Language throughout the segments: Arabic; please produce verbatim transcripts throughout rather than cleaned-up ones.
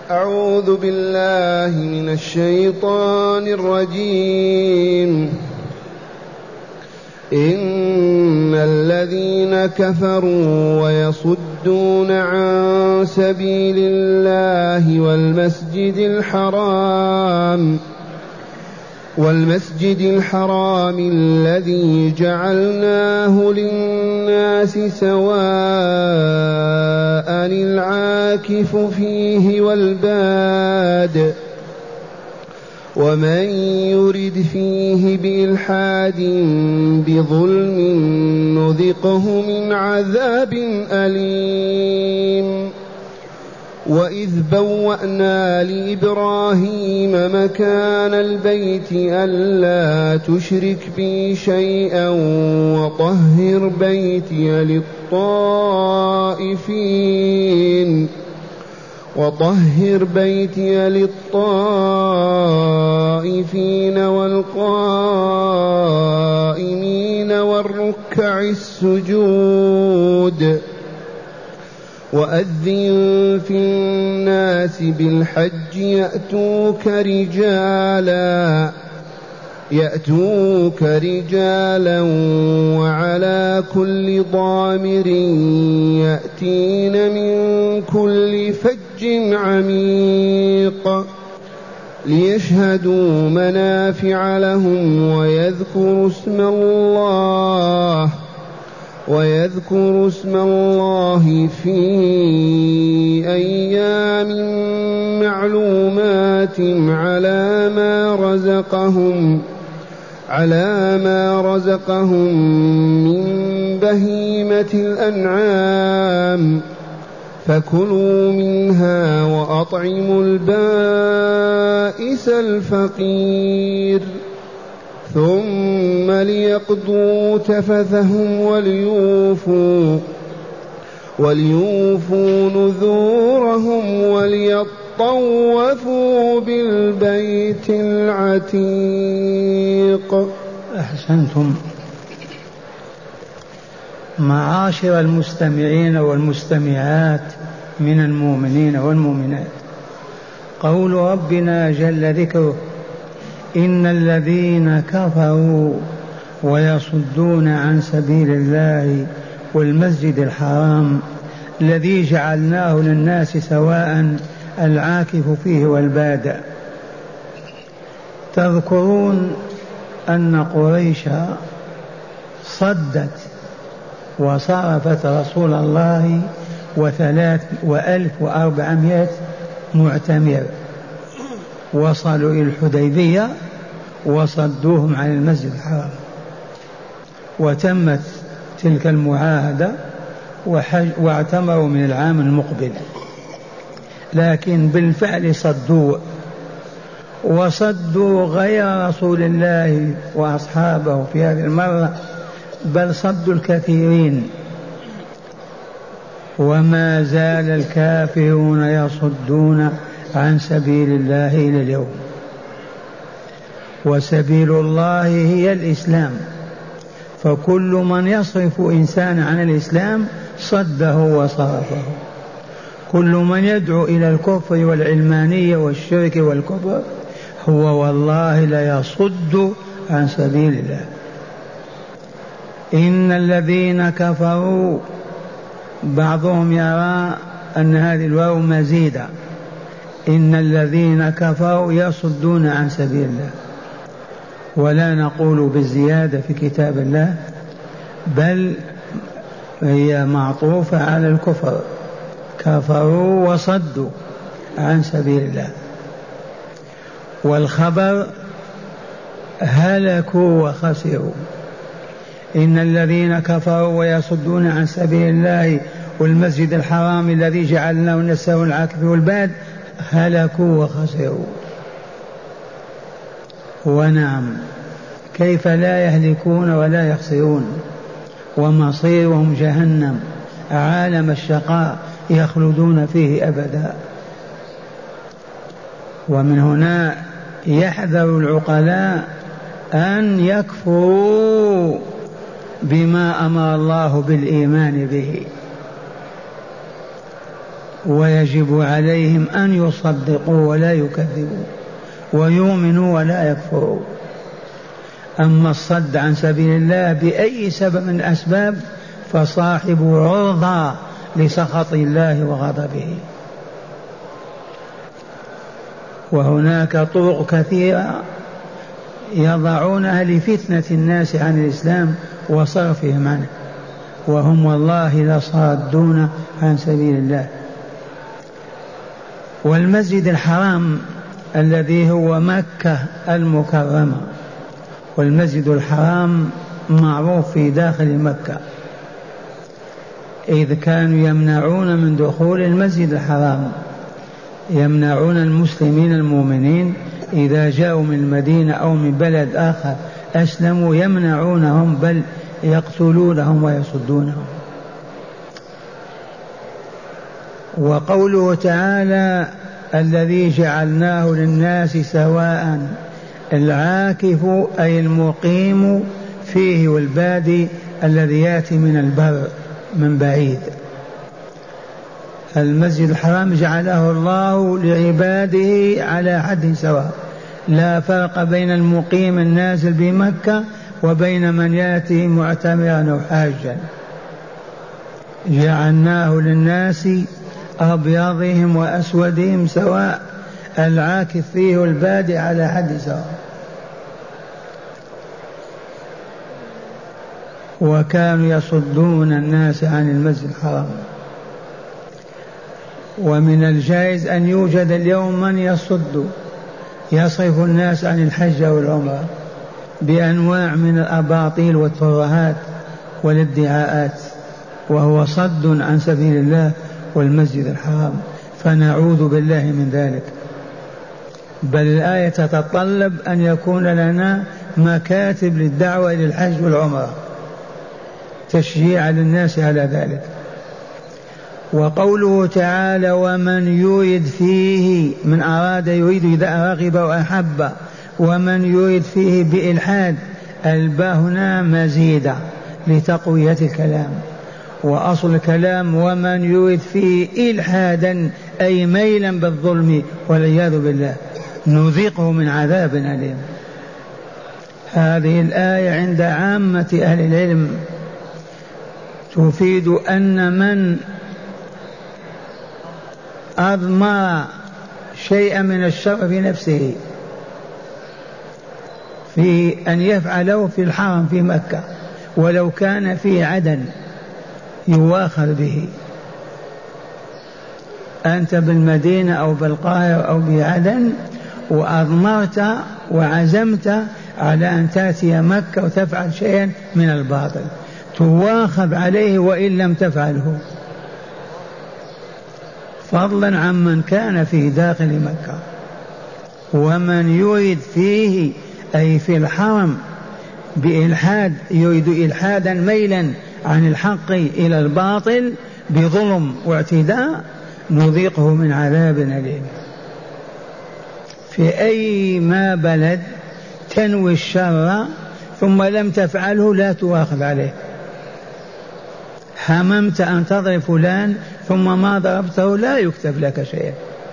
أعوذ بالله من الشيطان الرجيم. إن الذين كفروا ويصدون عن سبيل الله والمسجد الحرام والمسجد الحرام الذي جعلناه للناس سواء العاكف فيه والباد ومن يرد فيه بإلحاد بظلم نذقه من عذاب أليم. وإذ بوأنا لإبراهيم مكان البيت ألا تشرك بي شيئا وطهر بيتي للطائفين وطهر بيتي للطائفين والقائمين والركع السجود. وأذن في الناس بالحج يأتوك رجالا يأتوك رجالا وعلى كل ضامر يأتين من كل فج عميق ليشهدوا منافع لهم ويذكروا اسم الله ويذكروا اسم الله في أيام معلومات على ما رزقهم على ما رزقهم من بهيمة الأنعام فكلوا منها وأطعموا البائس الفقير ثم ليقضوا تفثهم وليوفوا وليوفوا نذورهم وليطوفوا بالبيت العتيق. أحسنتم. معاشر المستمعين والمستمعات من المؤمنين والمؤمنات، قول ربنا جل ذكره: إن الذين كفروا ويصدون عن سبيل الله والمسجد الحرام الذي جعلناه للناس سواء العاكف فيه والباد. تذكرون أن قريش صدت وصرفت رسول الله وثلاث وألف وأربعمائة معتمر وصلوا إلى الحديبية وصدوهم عن المسجد الحرام، وتمت تلك المعاهدة واعتمروا من العام المقبل، لكن بالفعل صدوا وصدوا غير رسول الله وأصحابه في هذه المرة، بل صدوا الكثيرين. وما زال الكافرون يصدون عن سبيل الله إلى اليوم، وسبيل الله هي الإسلام، فكل من يصرف إنسانا عن الإسلام صده وصرفه. كل من يدعو إلى الكفر والعلمانية والشرك والكفر هو والله لا يصد عن سبيل الله. إن الذين كفروا، بعضهم يرى أن هذه الواو مزيدة، إن الذين كفروا يصدون عن سبيل الله، ولا نقول بالزيادة في كتاب الله، بل هي معطوفة على الكفر، كفروا وصدوا عن سبيل الله. والخبر هلكوا وخسروا. إن الذين كفروا ويصدون عن سبيل الله والمسجد الحرام الذي جعلناه للناس والعاكف والباد هلكوا وخسروا. ونعم، كيف لا يهلكون ولا يخسرون؟ ومصيرهم جهنم، عالم الشقاء يخلدون فيه أبدا. ومن هنا يحذر العقلاء أن يكفروا بما أمر الله بالإيمان به. ويجب عليهم أن يصدقوا ولا يكذبوا ويؤمنوا ولا يكفروا. أما الصد عن سبيل الله بأي سبب من الأسباب فصاحبه عرضة لسخط الله وغضبه. وهناك طرق كثيرة يضعونها لفتنة الناس عن الإسلام وصرفهم عنه، وهم والله لصادون عن سبيل الله. والمسجد الحرام الذي هو مكة المكرمة، والمسجد الحرام معروف في داخل مكة، إذ كانوا يمنعون من دخول المسجد الحرام، يمنعون المسلمين المؤمنين إذا جاءوا من المدينة أو من بلد آخر أسلموا يمنعونهم بل يقتلونهم ويصدونهم. وقوله تعالى الذي جعلناه للناس سواء، العاكف أي المقيم فيه والبادي الذي يأتي من البر من بعيد. المسجد الحرام جعله الله لعباده على حد سواء، لا فرق بين المقيم النازل بمكة وبين من يأتي معتمرا أو حاجا. جعلناه للناس أبيضهم وأسودهم سواء، العاكف فيه والبادي على حد سواء. وكانوا يصدون الناس عن المسجد الحرام. ومن الجائز أن يوجد اليوم من يصد يصرف الناس عن الحج والعمرة بأنواع من الأباطيل والترهات والادعاءات، وهو صد عن سبيل الله والمسجد الحرام، فنعوذ بالله من ذلك. بل الآية تتطلب أن يكون لنا مكاتب للدعوة إلى الحج والعمرة تشجيعا للناس على ذلك. وقوله تعالى ومن يريد فيه، من أراد يريد إذا رغب وأحب، ومن يريد فيه بإلحاد، الباء هنا مزيدة لتقوية الكلام، وأصل الكلام ومن يريد فيه إلحادا أي ميلا بالظلم والعياذ بالله نذيقه من عذاب أليم. هذه الآية عند عامة أهل العلم تفيد أن من أضمر شيئا من الشر في نفسه في أن يفعله في الحرم في مكة ولو كان في عدن يواخذ به. أنت بالمدينة أو بالقاهرة أو بعدن وأضمرت وعزمت على أن تأتي مكة وتفعل شيئا من الباطل تواخذ عليه وإن لم تفعله، فضلا عمن كان في داخل مكة. ومن يريد فيه أي في الحرم بإلحاد، يريد إلحادا ميلا عن الحق إلى الباطل بظلم واعتداء نذيقه من عذاب أليم. في أي ما بلد تنوي الشر ثم لم تفعله لا تواخذ عليه. هممت أن تضرب فلان ثم ما ضربته لا يكتب لك شيء،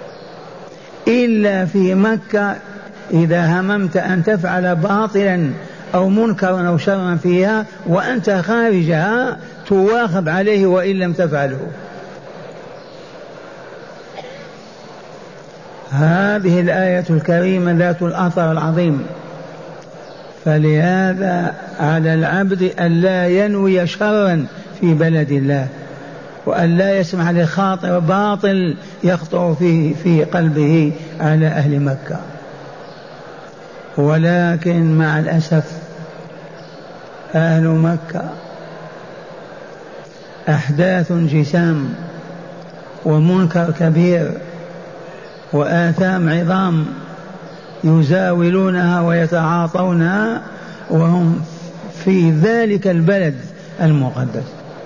إلا في مكة إذا هممت أن تفعل باطلا أو منكرا أو شرا فيها وأنت خارجها تواخذ عليه وإن لم تفعله. هذه الآية الكريمة ذات الأثر العظيم. فلهذا على العبد أن لا ينوي شرا في بلد الله، وأن لا يسمح لخاطر باطل يخطر في, في قلبه على أهل مكة. ولكن مع الأسف أهل مكة أحداث جسام ومنكر كبير وآثام عظام يزاولونها ويتعاطونها وهم في ذلك البلد المقدس.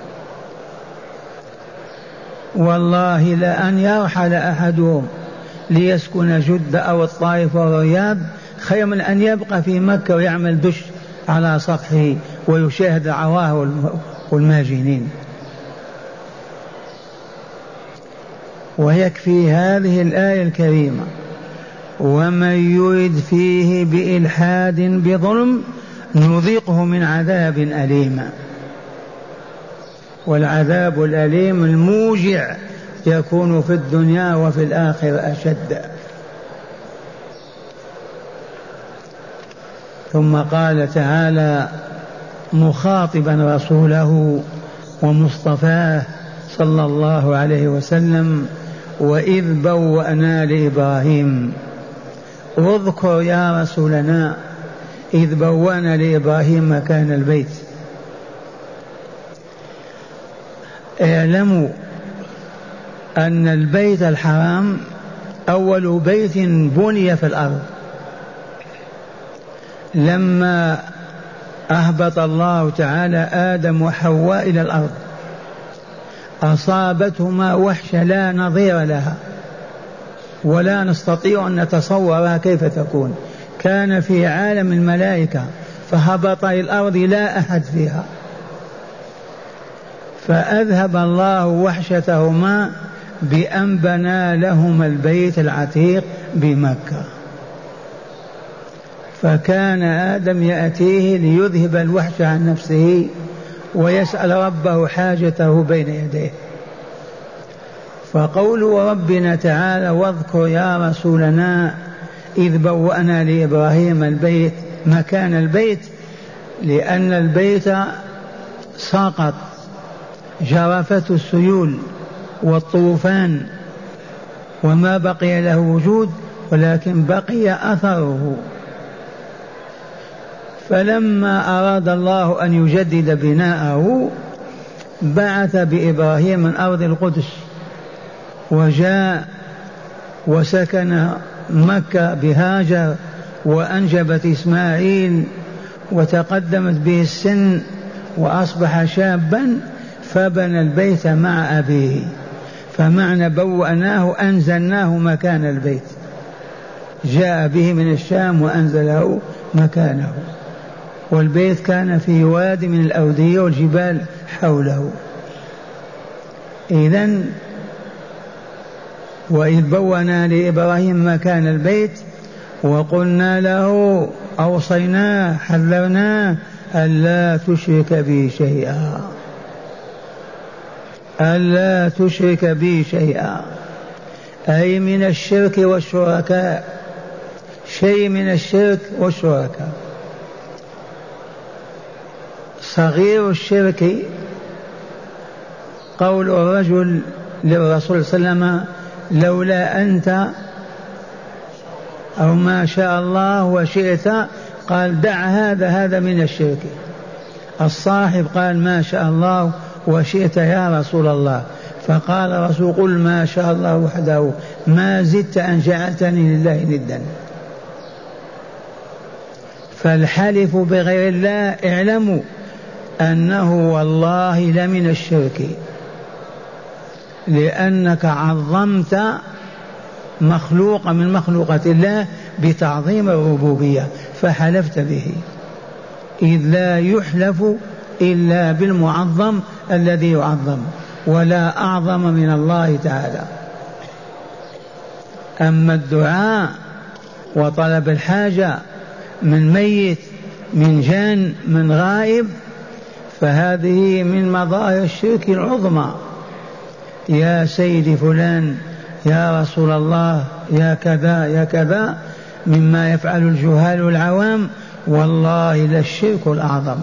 والله لأن يرحل أحدهم ليسكن جدة أو الطائف أو الرياض خير من أن يبقى في مكة ويعمل دش على سطحه ويشاهد العواه والماجنين. ويكفي هذه الآية الكريمة: ومن يرد فيه بإلحاد بظلم نذيقه من عذاب أليم. والعذاب الأليم الموجع يكون في الدنيا وفي الآخرة أشد. ثم قال تعالى مخاطبا رسوله ومصطفاه صلى الله عليه وسلم: وإذ بوأنا لإبراهيم. واذكر يا رسولنا إذ بوأنا لإبراهيم مكان البيت. اعلموا أن البيت الحرام أول بيت بني في الأرض. لما أهبط الله تعالى آدم وحواء إلى الأرض أصابتهما وحشة لا نظير لها ولا نستطيع أن نتصورها كيف تكون. كان في عالم الملائكة فهبط إلى الأرض لا أحد فيها، فأذهب الله وحشتهما بأن بنى لهما البيت العتيق بمكة. فكان آدم يأتيه ليذهب الوحش عن نفسه ويسأل ربه حاجته بين يديه. فقول ربنا تعالى واذكر يا رسولنا إذ بوأنا لإبراهيم البيت مكان البيت، لأن البيت سقط، جرفته السيول والطوفان وما بقي له وجود، ولكن بقي أثره. فلما أراد الله أن يجدد بناءه بعث بإبراهيم من أرض القدس وجاء وسكن مكة بهاجر وأنجبت إسماعيل وتقدمت به السن وأصبح شابا فبنى البيت مع أبيه. فمعنى بوأناه أنزلناه مكان البيت، جاء به من الشام وأنزله مكانه. والبيت كان في واد من الأودية والجبال حوله. إذن وإذ بوأنا لإبراهيم مكان البيت وقلنا له أوصيناه حذرناه ألا تشرك بي شيئا ألا تشرك بي شيئا أي من الشرك والشركاء، شيء من الشرك والشركاء. صغير الشرك قول الرجل للرسول صلى الله عليه وسلم لولا أنت أو ما شاء الله وشئت، قال دع هذا هذا من الشرك. الصاحب قال ما شاء الله وشئت يا رسول الله، فقال الرسول قل ما شاء الله وحده ما زدت أن جعلتني لله ندا. فالحلف بغير الله اعلموا أنه والله لمن الشرك، لأنك عظمت مخلوق من مخلوقات الله بتعظيم الربوبية فحلفت به، إذ لا يحلف إلا بالمعظم الذي يعظم، ولا أعظم من الله تعالى. أما الدعاء وطلب الحاجة من ميت من جان من غائب فهذه من مظاهر الشرك العظمى. يا سيدي فلان، يا رسول الله، يا كذا يا كذا، مما يفعل الجهال والعوام، والله للشرك الأعظم.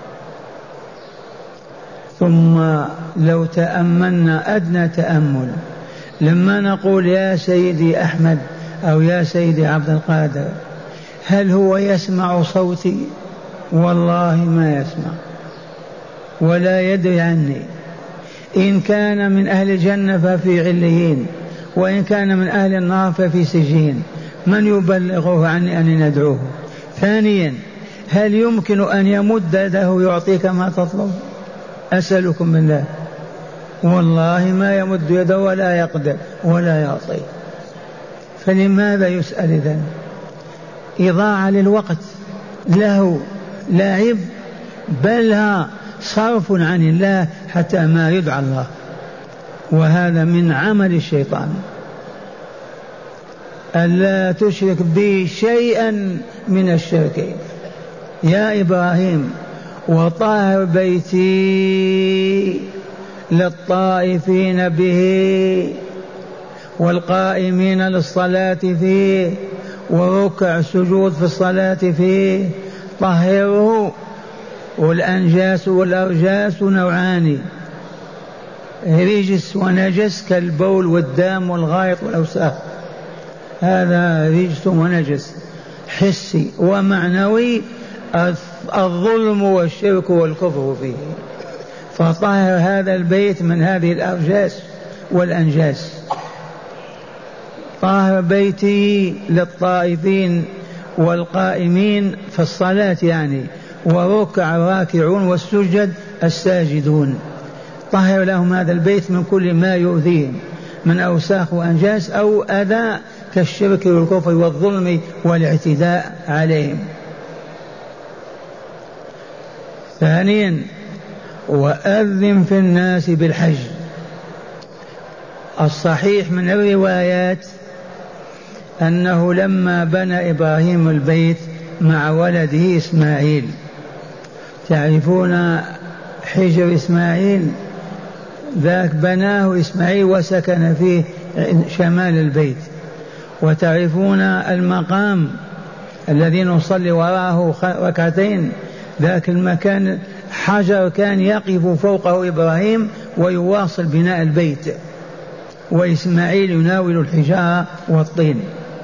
ثم لو تأملنا أدنى تأمل لما نقول يا سيدي أحمد أو يا سيدي عبد القادر، هل هو يسمع صوتي؟ والله ما يسمع ولا يدري عني. إن كان من أهل الجنة ففي عليين، وإن كان من أهل النار ففي سجين. من يبلغه عني أني ندعوه؟ ثانيا، هل يمكن أن يمد يده يعطيك ما تطلب؟ أسألكم بالله، والله ما يمد يده ولا يقدر ولا يعطي. فلماذا يسأل إذن؟ إضاعة للوقت، له لاعب، بل صرف عن الله حتى ما يدعى الله. وهذا من عمل الشيطان، ألا تشرك بي شيئا من الشرك. يا إبراهيم وطهر بيتي للطائفين به والقائمين للصلاة فيه وركع السجود في الصلاة فيه. طهره. والأنجاس والأرجاس نوعان، رجس ونجس كالبول والدم والغائط والأوساخ، هذا رجس ونجس حسي، ومعنوي الظلم والشرك والكفر فيه. فطهر هذا البيت من هذه الأرجاس والأنجاس. طهر بيتي للطائفين والقائمين في الصلاة يعني، وركع الراكعون والسجد الساجدون. طهر لهم هذا البيت من كل ما يؤذيهم من أوساخ وأنجاس أو أذى كالشرك والكفر والظلم والاعتداء عليهم. ثانيا وأذن في الناس بالحج. الصحيح من الروايات أنه لما بنى إبراهيم البيت مع ولده إسماعيل، تعرفون حجر إسماعيل ذاك بناه إسماعيل وسكن فيه شمال البيت، وتعرفون المقام الذي نصلي وراءه ركعتين، ذاك المكان حجر كان يقف فوقه إبراهيم ويواصل بناء البيت، وإسماعيل يناول الحجارة والطين.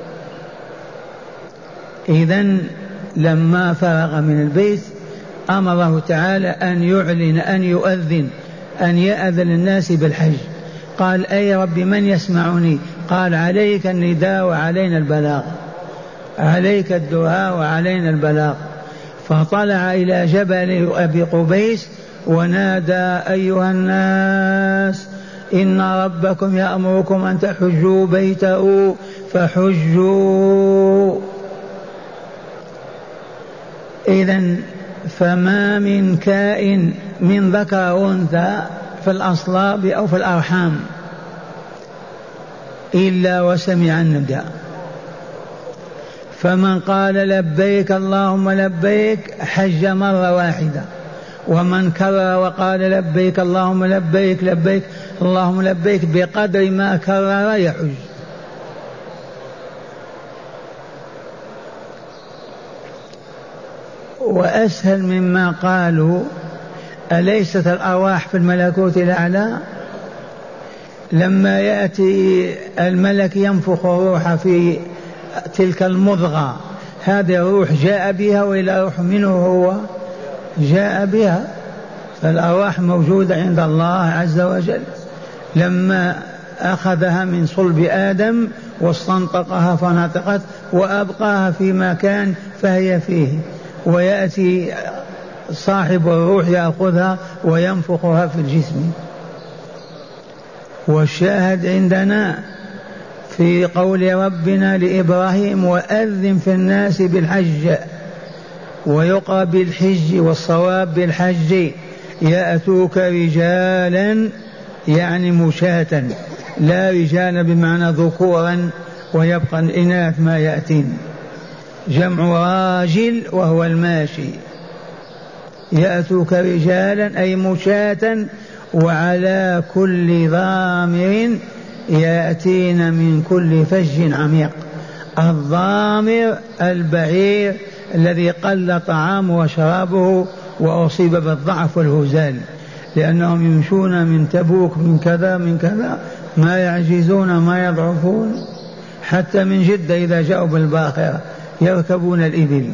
إذن لما فرغ من البيت أمره تعالى أن يعلن أن يؤذن أن يأذن الناس بالحج. قال أي رب من يسمعني؟ قال عليك النداء وعلينا البلاغ، عليك الدعاء وعلينا البلاغ. فطلع إلى جبل أبي قبيس ونادى أيها الناس إن ربكم يأمركم أن تحجوا بيته فحجوا. إذن فما من كائن من ذكر أو أنثى في الأصلاب أو في الأرحام إلا وسمع النداء، فمن قال لبيك اللهم لبيك حج مرة واحدة، ومن كرر وقال لبيك اللهم لبيك لبيك اللهم لبيك بقدر ما كرر يحج. وأسهل مما قالوا أليست الأرواح في الملكوت الأعلى؟ لما يأتي الملك ينفخ الروح في تلك المضغة، هذه الروح جاء بها وإلى روح منه هو جاء بها، فالأرواح موجودة عند الله عز وجل. لما أخذها من صلب آدم واستنطقها فنطقت وأبقاها في مكان فهي فيه، ويأتي صاحب الروح يأخذها وينفخها في الجسم. والشاهد عندنا في قول ربنا لإبراهيم وأذن في الناس بالحج، ويقرأ بالحج والصواب بالحج، يأتوك رجالا يعني مشاة، لا رجالا بمعنى ذكورا ويبقى الإناث ما يأتين، جمع راجل وهو الماشي. يأتوك رجالا أي مشاة، وعلى كل ضامر يأتين من كل فج عميق. الضامر البعير الذي قل طعامه وشرابه وأصيب بالضعف والهزال، لأنهم يمشون من تبوك من كذا من كذا ما يعجزون ما يضعفون، حتى من جدة إذا جاءوا بالباخرة يركبون الإبل.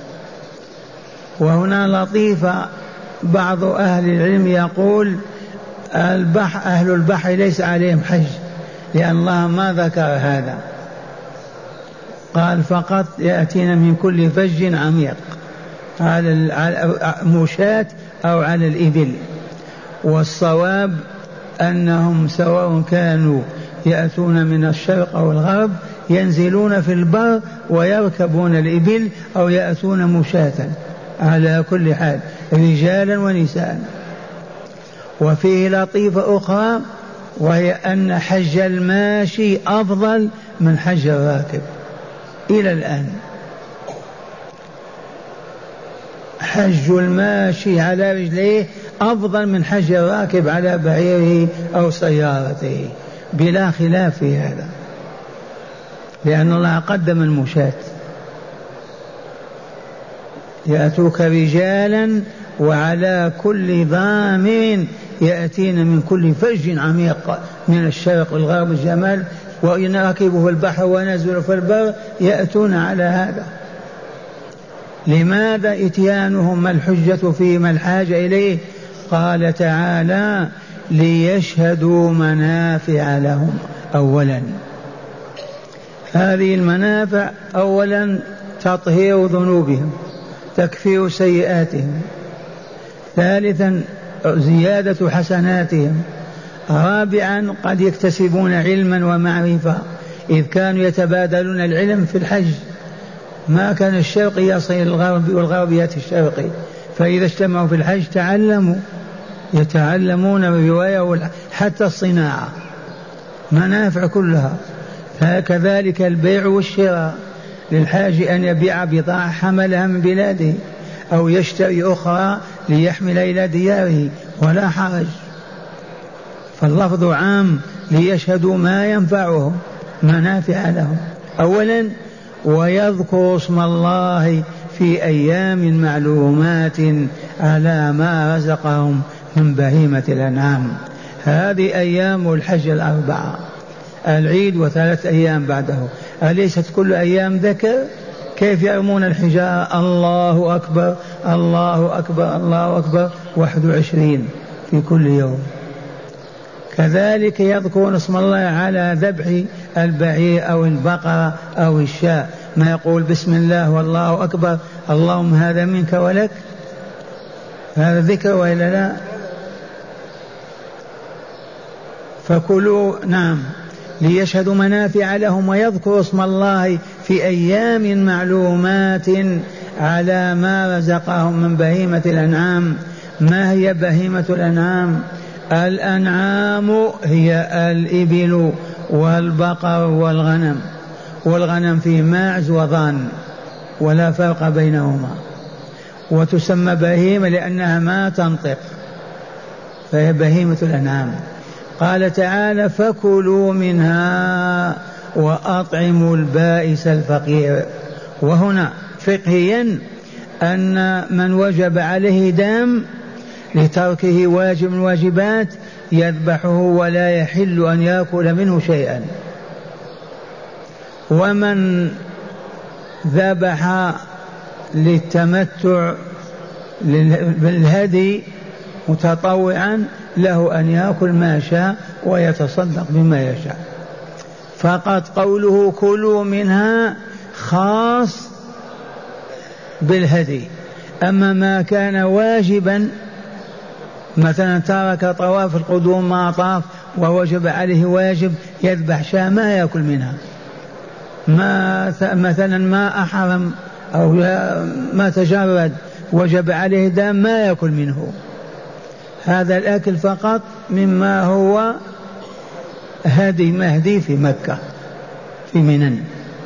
وهنا لطيفة، بعض أهل العلم يقول البحر أهل البحر ليس عليهم حج، لأن الله ما ذكر هذا، قال فقط يأتينا من كل فج عميق على المشاة أو على الإبل. والصواب أنهم سواء كانوا يأتون من الشرق أو الغرب ينزلون في البر ويركبون الإبل أو يأتون مشاة، على كل حال رجالا ونساء. وفيه لطيفة أخرى وهي أن حج الماشي أفضل من حج الراكب إلى الآن. حج الماشي على رجليه أفضل من حج الراكب على بعيره أو سيارته بلا خلاف في هذا، لأن الله قدم المشاة. يأتوك رجالا وعلى كل ضامر يأتين من كل فج عميق من الشرق والغرب الجمال، وإن ركبوا في البحر ونزلوا في البر يأتون على هذا. لماذا إتيانهم؟ ما الحجة فيه؟ ما الحاجة إليه؟ قال تعالى ليشهدوا منافع لهم. أولا هذه المنافع أولا تطهير ذنوبهم، تكفير سيئاتهم. ثالثا زيادة حسناتهم. رابعا قد يكتسبون علما ومعرفة، إذ كانوا يتبادلون العلم في الحج، ما كان الشرقي يصل إلى الغرب والغرب يأتي الشرقي، فإذا اجتمعوا في الحج تعلموا، يتعلمون الرواية حتى الصناعة، منافع كلها. فكذلك البيع والشراء، للحاج أن يبيع بضاعة حملها من بلاده أو يشتري أخرى ليحمل إلى دياره ولا حرج. فاللفظ عام ليشهدوا ما ينفعهم، منافع لهم. أولا ويذكر اسم الله في أيام معلومات على ما رزقهم من بهيمة الأنعام. هذه أيام الحج الأربعة، العيد وثلاث أيام بعده. أليست كل أيام ذكر؟ كيف يرمون الحجارة؟ الله أكبر الله أكبر الله أكبر، واحد وعشرين في كل يوم. كذلك يذكرون اسم الله على ذبح البعير أو البقرة أو الشاة، ما يقول بسم الله والله أكبر، اللهم هذا منك ولك، هذا ذكر وإلا لا؟ فكلوا. نعم ليشهدوا منافع لهم ويذكروا اسم الله في أيام معلومات على ما رزقهم من بهيمة الأنعام. ما هي بهيمة الأنعام؟ الأنعام هي الإبل والبقر والغنم، والغنم فيه ماعز وضان ولا فرق بينهما، وتسمى بهيمة لأنها ما تنطق، فهي بهيمة الأنعام. قال تعالى فكلوا منها وأطعموا البائس الفقير. وهنا فقهيا أن من وجب عليه دم لتركه واجب من الواجبات يذبحه ولا يحل أن يأكل منه شيئا. ومن ذبح للتمتع بالهدي متطوعا له أن يأكل ما شاء ويتصدق بما يشاء. فقط قوله كلوا منها خاص بالهدي. أما ما كان واجبا، مثلا ترك طواف القدوم ما طاف ووجب عليه واجب يذبح شاة ما يأكل منها، ما مثلا ما أحرم أو ما تجرد وجب عليه دم ما يأكل منه. هذا الأكل فقط مما هو هدي مهدي في مكة في منن.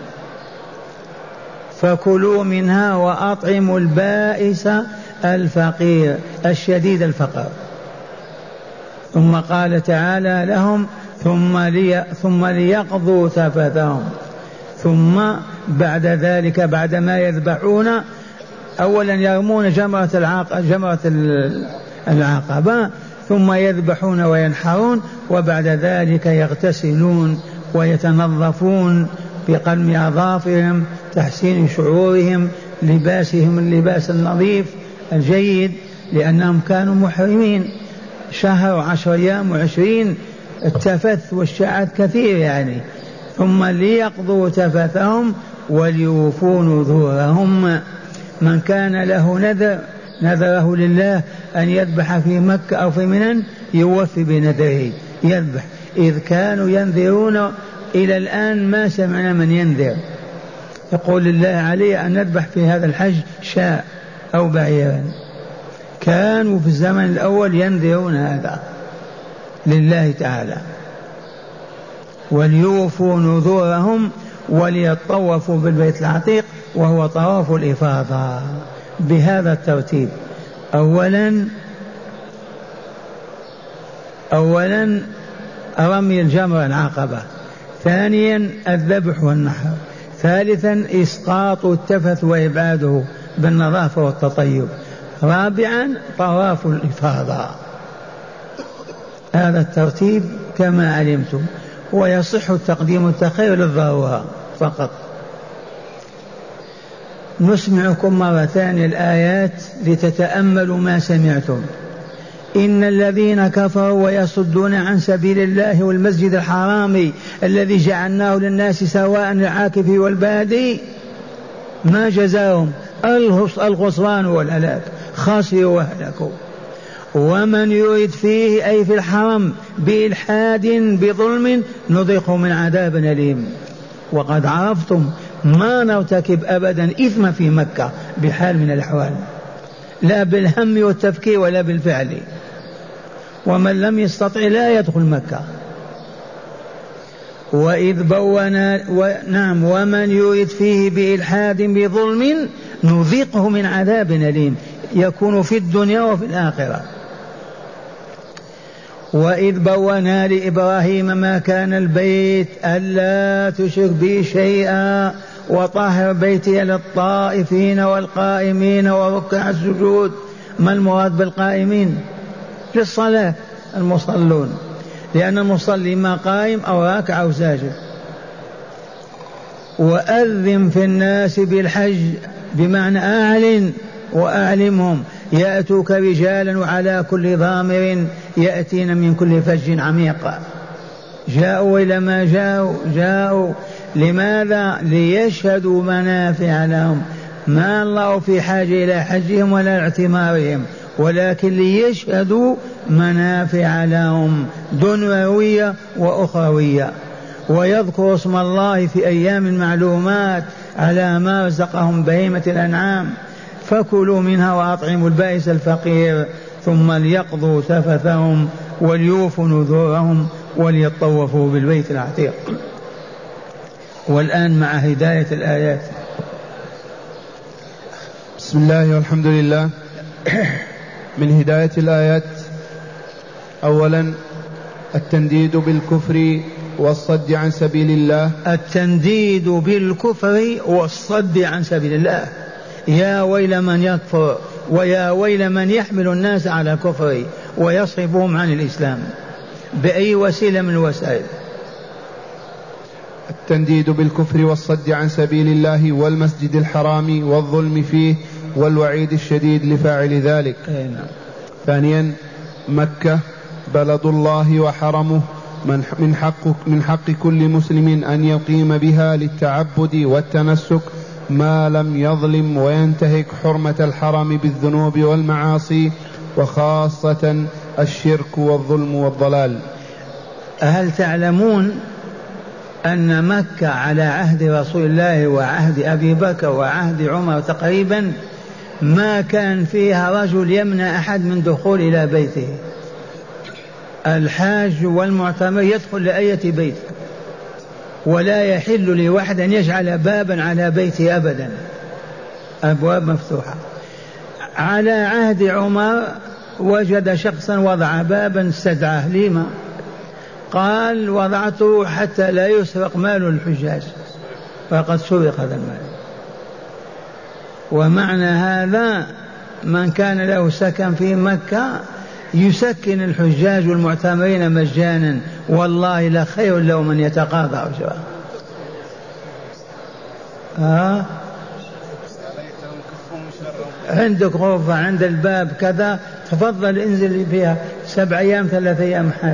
فكلوا منها وأطعموا البائس الفقير الشديد الفقر. ثم قال تعالى لهم ثم, لي ثم ليقضوا تفثهم. ثم بعد ذلك بعدما يذبحون أولا يرمون جمرة العقبة, جمرة العقبة ثم يذبحون وينحرون، وبعد ذلك يغتسلون ويتنظفون بقلم أظافرهم، تحسين شعورهم، لباسهم اللباس النظيف الجيد، لأنهم كانوا محرمين شهر وعشر أيام وعشرين، التفث والشعث كثير يعني. ثم ليقضوا تفثهم وليوفوا نذورهم. من كان له نذر نذره لله أن يذبح في مكة أو في منن يوفي بنذره يذبح. إذ كانوا ينذرون إلى الآن ما سمعنا من ينذر يقول لله عليه أن نذبح في هذا الحج شاء أو بعيرا. كانوا في الزمن الأول ينذرون هذا لله تعالى. وليوفوا نذورهم وليطوفوا بالبيت العتيق وهو طواف الإفاضة بهذا الترتيب. أولا أولا رمي الجمر العقبة، ثانيا الذبح والنحر، ثالثا إسقاط التفث وإبعاده بالنظافة والتطيب، رابعا طواف الإفاضة. هذا الترتيب كما علمتم، ويصح التقديم والتأخير للضرورة فقط. نسمعكم مرة ثانية الآيات لتتأملوا ما سمعتم. إن الذين كفروا ويصدون عن سبيل الله والمسجد الحرام الذي جعلناه للناس سواء العاكف والبادي ما جزاهم الخسران والهلاك، خسروا وهلكوا. ومن يريد فيه أي في الحرم بإلحاد بظلم نذقه من عذاب أليم. وقد عرفتم ما نرتكب أبدا إثم في مكة بحال من الأحوال، لا بالهم والتفكير ولا بالفعل. ومن لم يستطع لا يدخل مكة. وإذ بونا و... نعم ومن يريد فيه بإلحاد بظلم نذيقه من عذاب أليم يكون في الدنيا وفي الآخرة. وإذ بونا لإبراهيم ما كان البيت ألا تشرك بي شيئا وطهر بيتي للطائفين والقائمين وركع السجود. ما المراد بالقائمين؟ للصلاة المصلون، لأن المصلي ما قائم أو راكع أو ساجد. وأذن في الناس بالحج بمعنى أعلن وأعلمهم يأتوك رجالا وعلى كل ضامر يأتين من كل فج عميق. جاءوا إلى ما جاءوا جاءوا لماذا؟ ليشهدوا منافع لهم. ما الله في حاجة إلى حجهم ولا اعتمارهم، ولكن ليشهدوا منافع لهم دنيوية وأخروية. ويذكر اسم الله في أيام معلومات على ما رزقهم بهيمة الأنعام، فكلوا منها وأطعموا البائس الفقير ثم ليقضوا تفثهم وليوفوا نذورهم وليطوفوا بالبيت العتيق. والآن مع هداية الآيات. بسم الله والحمد لله. من هداية الآيات: أولا التنديد بالكفر والصد عن سبيل الله. التنديد بالكفر والصد عن سبيل الله. يا ويل من يكفر ويا ويل من يحمل الناس على كفره ويصرفهم عن الإسلام بأي وسيلة من الوسائل. التنديد بالكفر والصد عن سبيل الله والمسجد الحرام والظلم فيه والوعيد الشديد لفاعل ذلك. ثانيا مكة بلد الله وحرمه، من حق, من حق كل مسلم أن يقيم بها للتعبد والتنسك ما لم يظلم وينتهك حرمة الحرم بالذنوب والمعاصي، وخاصة الشرك والظلم والضلال. هل تعلمون أن مكة على عهد رسول الله وعهد أبي بكر وعهد عمر تقريبا ما كان فيها رجل يمنع أحد من دخول إلى بيته؟ الحاج والمعتمر يدخل لأية بيت، ولا يحل لواحد أن يجعل بابا على بيته أبدا، أبواب مفتوحة. على عهد عمر وجد شخصا وضع بابا استدعاه، لما؟ قال وضعته حتى لا يسرق مال الحجاج، فقد سرق هذا المال. ومعنى هذا من كان له سكن في مكة يسكن الحجاج والمعتمرين مجانا، والله لخير له من يتقاضى أجرا. ها عندك غرفة عند الباب كذا، تفضل انزل فيها سبع أيام ثلاث أيام حاج.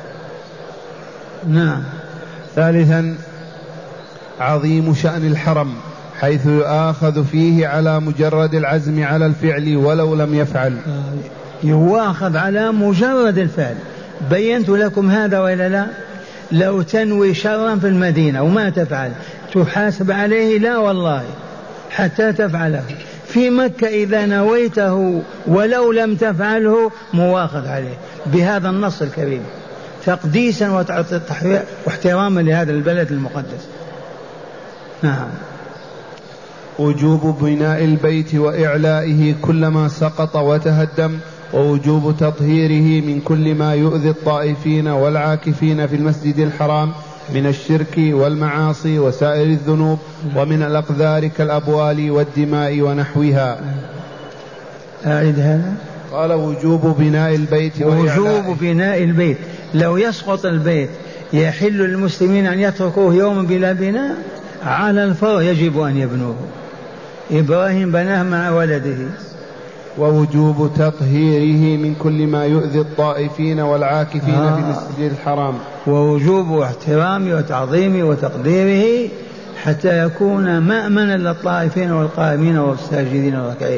نعم. ثالثا عظيم شأن الحرم حيث يؤاخذ فيه على مجرد العزم على الفعل ولو لم يفعل. يؤاخذ على مجرد الفعل. بينت لكم هذا وإلا لا؟ لو تنوي شرا في المدينة وما تفعل تحاسب عليه؟ لا والله، حتى تفعله. في مكة إذا نويته ولو لم تفعله مواخذ عليه بهذا النص الكريم. تقديسا واحتراما لهذا البلد المقدس. نعم. وجوب بناء البيت وإعلائه كلما سقط وتهدم، ووجوب تطهيره من كل ما يؤذي الطائفين والعاكفين في المسجد الحرام من الشرك والمعاصي وسائر الذنوب ومن الأقذار كالأبوال والدماء ونحوها. أعيد هذا. قال وجوب بناء البيت وإعلائه. وجوب بناء البيت، لو يسقط البيت يحل للمسلمين أن يتركوه يوما بلا بناء؟ على الفور يجب أن يبنوه. إبراهيم بناه مع ولده. ووجوب تطهيره من كل ما يؤذي الطائفين والعاكفين آه. في المسجد الحرام، ووجوب احترامه وتعظيمه وتقديره حتى يكون مأمنا للطائفين والقائمين والساجدين والراكعين.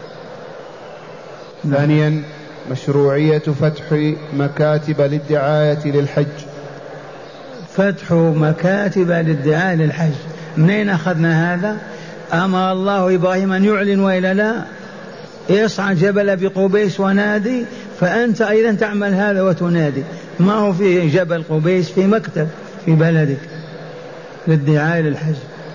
ثانيا مشروعية فتح مكاتب للدعاية للحج. فتح مكاتب للدعاية للحج، منين أخذنا هذا؟ أمر الله إبراهيم أن يعلن وإلا لا؟ اصعد جبل بقبيس ونادي، فأنت أيضا تعمل هذا وتنادي. ما هو في جبل قبيس، في مكتب في بلدك للدعاية للحج.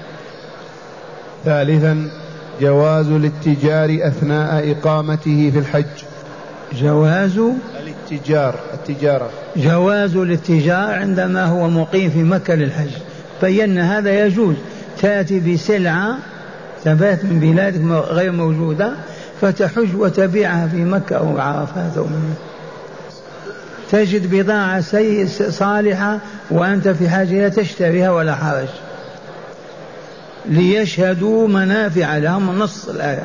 ثالثا جواز الاتجار أثناء إقامته في الحج. جواز الاتجار التجارة جواز الاتجار عندما هو مقيم في مكة للحج، بينا هذا يجوز. تأتي بسلعة تبات من بلادك غير موجودة فتحج وتبيعها في مكة أو عرفات أو منه. تجد بضاعة صالحة وأنت في حاجة تشتريها ولا حرج، ليشهدوا منافع لهم، نص الآية.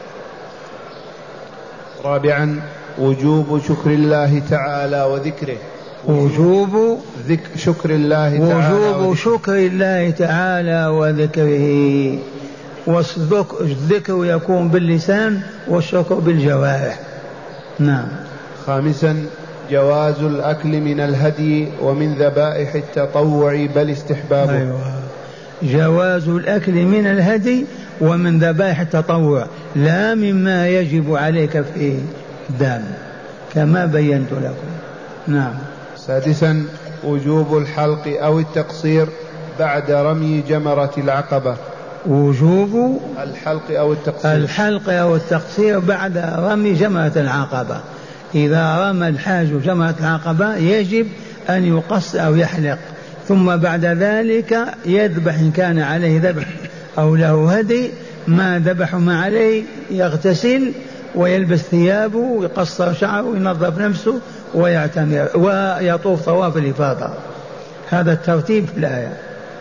رابعا وجوب شكر الله تعالى وذكره. وجوب ذكر شكر الله تعالى وجوب شكر الله تعالى وذكره. والذكر يكون باللسان والشكر بالجوارح. نعم. خامسا جواز الأكل من الهدي ومن ذبائح التطوع بل استحبابه. أيوة. جواز الأكل من الهدي ومن ذبائح التطوع، لا مما يجب عليك فيه دم كما بينت لكم. نعم. سادسا وجوب الحلق أو التقصير بعد رمي جمرة العقبة. وجوب الحلق أو التقصير الحلق أو التقصير بعد رمي جمرة العقبة. إذا رمى الحاج جمرة العقبة يجب أن يقص أو يحلق، ثم بعد ذلك يذبح إن كان عليه ذبح أو له هدي. ما ذبح ما عليه يغتسل ويلبس ثيابه ويقصر شعره وينظف نفسه ويعتمر ويطوف طواف الإفاضة. هذا الترتيب في الآية.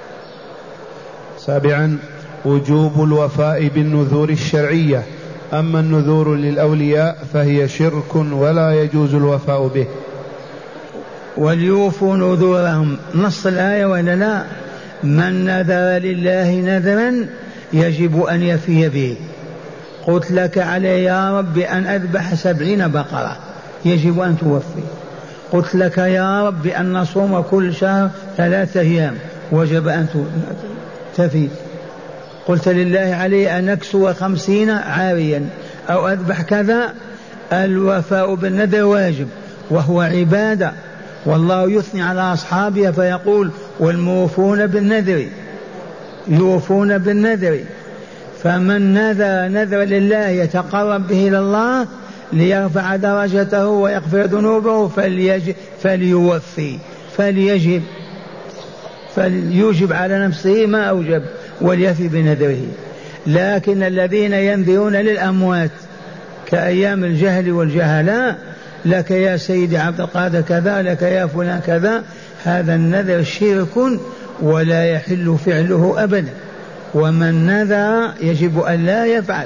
سابعا وجوب الوفاء بالنذور الشرعية، أما النذور للأولياء فهي شرك ولا يجوز الوفاء به. وليوفوا نذورهم، نص الآية ولا لا؟ من نذر لله نذرا يجب أن يفي به. قلت لك علي يا رب أن أذبح سبعين بقرة، يجب أن توفي. قلت لك يا رب أن نصوم كل شهر ثلاثة أيام، وجب أن تفي. قلت لله علي أن أكسو خمسين عاريا أو أذبح كذا. الوفاء بالنذر واجب وهو عبادة، والله يثني على أصحابه فيقول والموفون بالنذر يوفون بالنذر. فمن نذر نذر لله يتقرب به إلى الله ليرفع درجته ويغفر ذنوبه فليجب فليوفي فليجب فليجب على نفسه ما أوجب وليفي بنذره. لكن الذين ينذرون للأموات كأيام الجهل والجهلاء، لك يا سيدي عبد القادر كذا، لك يا فلان كذا، هذا النذر شرك ولا يحل فعله أبدا. ومن نذر يجب أن لا يفعل.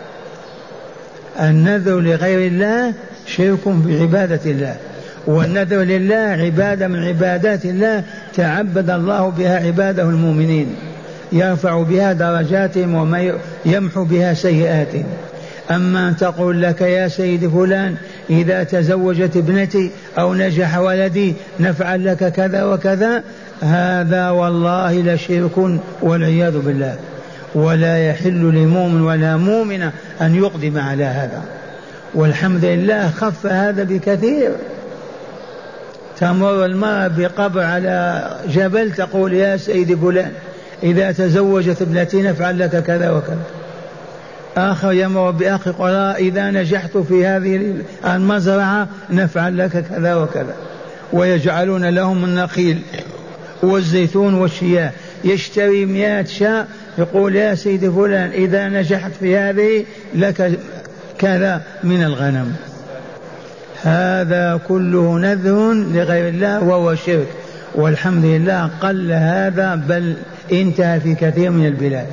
النذر لغير الله شرك بعبادة الله، والنذر لله عبادة من عبادات الله تعبد الله بها عباده المؤمنين، يرفع بها درجاتهم ويمحو بها سيئاتهم. أما أن تقول لك يا سيدي فلان إذا تزوجت ابنتي أو نجح ولدي نفعل لك كذا وكذا، هذا والله لشرك والعياذ بالله، ولا يحل لمؤمن ولا مؤمنة أن يقدم على هذا. والحمد لله خف هذا بكثير. تمر المرأة بقبر على جبل تقول يا سيدي فلان إذا تزوجت ابنتي نفعل لك كذا وكذا. آخر يمر بأخ قراء إذا نجحت في هذه المزرعة نفعل لك كذا وكذا. ويجعلون لهم النخيل والزيتون والشياه، يشتري مئة شاة يقول يا سيدي فلان إذا نجحت في هذه لك كذا من الغنم. هذا كله نذر لغير الله وهو شرك، والحمد لله قل هذا بل انتهى في كثير من البلاد.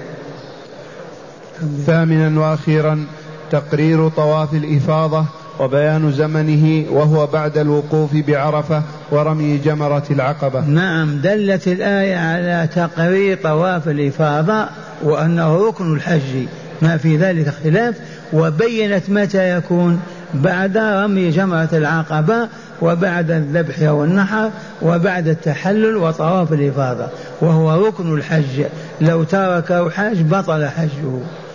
ثامنا وأخيرا تقرير طواف الإفاضة وبيان زمنه وهو بعد الوقوف بعرفة ورمي جمرة العقبة. نعم، دلت الآية على تقرير طواف الإفاضة وأنه ركن الحج ما في ذلك خلاف، وبينت متى يكون بعد رمي جمرة العقبة وبعد الذبح والنحر وبعد التحلل وطواف الإفاضة، وهو ركن الحج، لو تركه حج بطل حجه.